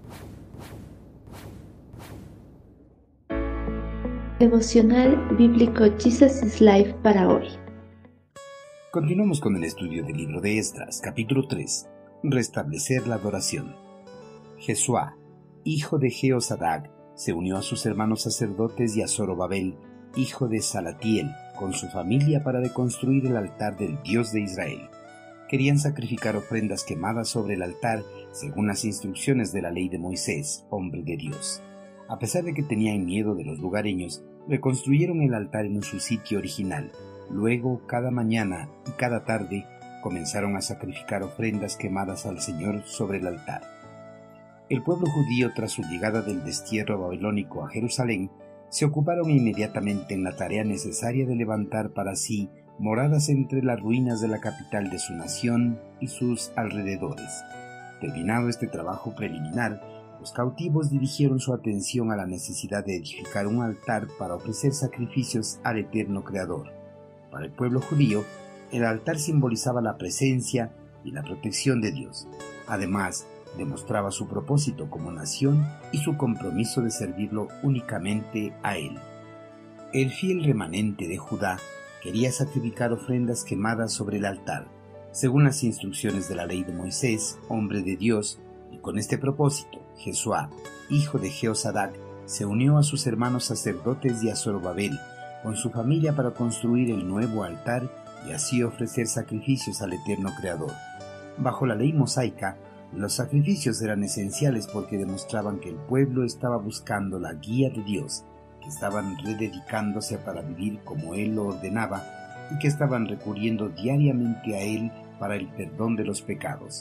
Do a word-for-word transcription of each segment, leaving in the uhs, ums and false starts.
Devocional Bíblico Jesus is Life para hoy. Continuamos con el estudio del libro de Esdras, capítulo tres. Restablecer la adoración. Jesuá, hijo de Jehozadak, se unió a sus hermanos sacerdotes y a Zorobabel, hijo de Salatiel, con su familia para reconstruir el altar del Dios de Israel. Querían sacrificar ofrendas quemadas sobre el altar según las instrucciones de la ley de Moisés, hombre de Dios. A pesar de que tenían miedo de los lugareños, reconstruyeron el altar en su sitio original. Luego, cada mañana y cada tarde, comenzaron a sacrificar ofrendas quemadas al Señor sobre el altar. El pueblo judío, tras su llegada del destierro babilónico a Jerusalén, se ocuparon inmediatamente en la tarea necesaria de levantar para sí moradas entre las ruinas de la capital de su nación y sus alrededores. Terminado este trabajo preliminar, los cautivos dirigieron su atención a la necesidad de edificar un altar para ofrecer sacrificios al eterno Creador. Para el pueblo judío, el altar simbolizaba la presencia y la protección de Dios. Además, demostraba su propósito como nación y su compromiso de servirlo únicamente a Él. El fiel remanente de Judá quería sacrificar ofrendas quemadas sobre el altar, según las instrucciones de la ley de Moisés, hombre de Dios, y con este propósito, Jesuá, hijo de Jehozadak, se unió a sus hermanos sacerdotes y a Zorobabel, con su familia para construir el nuevo altar y así ofrecer sacrificios al eterno Creador. Bajo la ley mosaica, los sacrificios eran esenciales porque demostraban que el pueblo estaba buscando la guía de Dios, que estaban rededicándose para vivir como Él lo ordenaba y que estaban recurriendo diariamente a Él para el perdón de los pecados.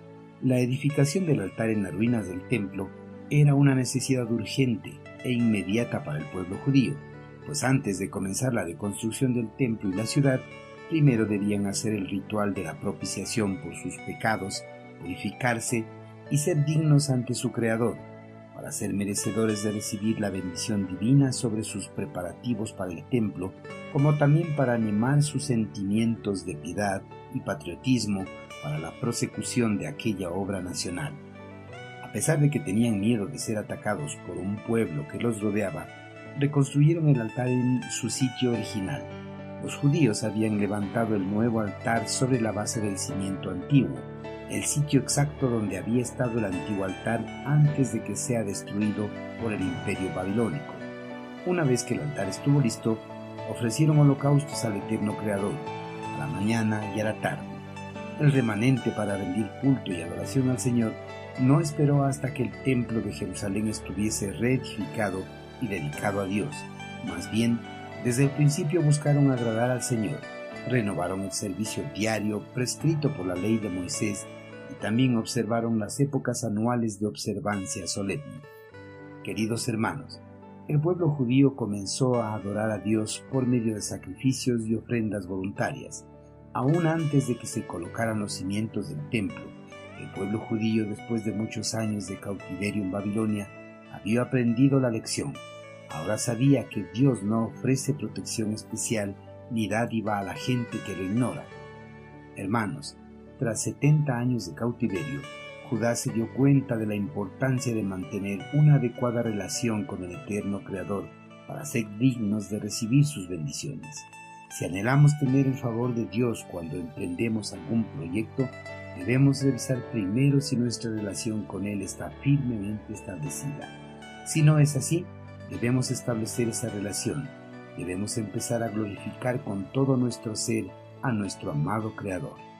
La edificación del altar en las ruinas del templo era una necesidad urgente e inmediata para el pueblo judío, pues antes de comenzar la reconstrucción del templo y la ciudad, primero debían hacer el ritual de la propiciación por sus pecados, purificarse y ser dignos ante su Creador, para ser merecedores de recibir la bendición divina sobre sus preparativos para el templo, como también para animar sus sentimientos de piedad y patriotismo para la prosecución de aquella obra nacional. A pesar de que tenían miedo de ser atacados por un pueblo que los rodeaba, reconstruyeron el altar en su sitio original. Los judíos habían levantado el nuevo altar sobre la base del cimiento antiguo, el sitio exacto donde había estado el antiguo altar antes de que sea destruido por el imperio babilónico. Una vez que el altar estuvo listo, ofrecieron holocaustos al eterno Creador, a la mañana y a la tarde. El remanente para rendir culto y adoración al Señor no esperó hasta que el templo de Jerusalén estuviese reedificado y dedicado a Dios. Más bien, desde el principio buscaron agradar al Señor, renovaron el servicio diario prescrito por la ley de Moisés y también observaron las épocas anuales de observancia solemne. Queridos hermanos, el pueblo judío comenzó a adorar a Dios por medio de sacrificios y ofrendas voluntarias, aún antes de que se colocaran los cimientos del templo. El pueblo judío, después de muchos años de cautiverio en Babilonia, había aprendido la lección. Ahora sabía que Dios no ofrece protección especial ni dádiva a la gente que lo ignora. Hermanos, tras setenta años de cautiverio, Judá se dio cuenta de la importancia de mantener una adecuada relación con el eterno Creador para ser dignos de recibir sus bendiciones. Si anhelamos tener el favor de Dios cuando emprendemos algún proyecto, debemos revisar primero si nuestra relación con Él está firmemente establecida. Si no es así, debemos establecer esa relación. Debemos empezar a glorificar con todo nuestro ser a nuestro amado Creador.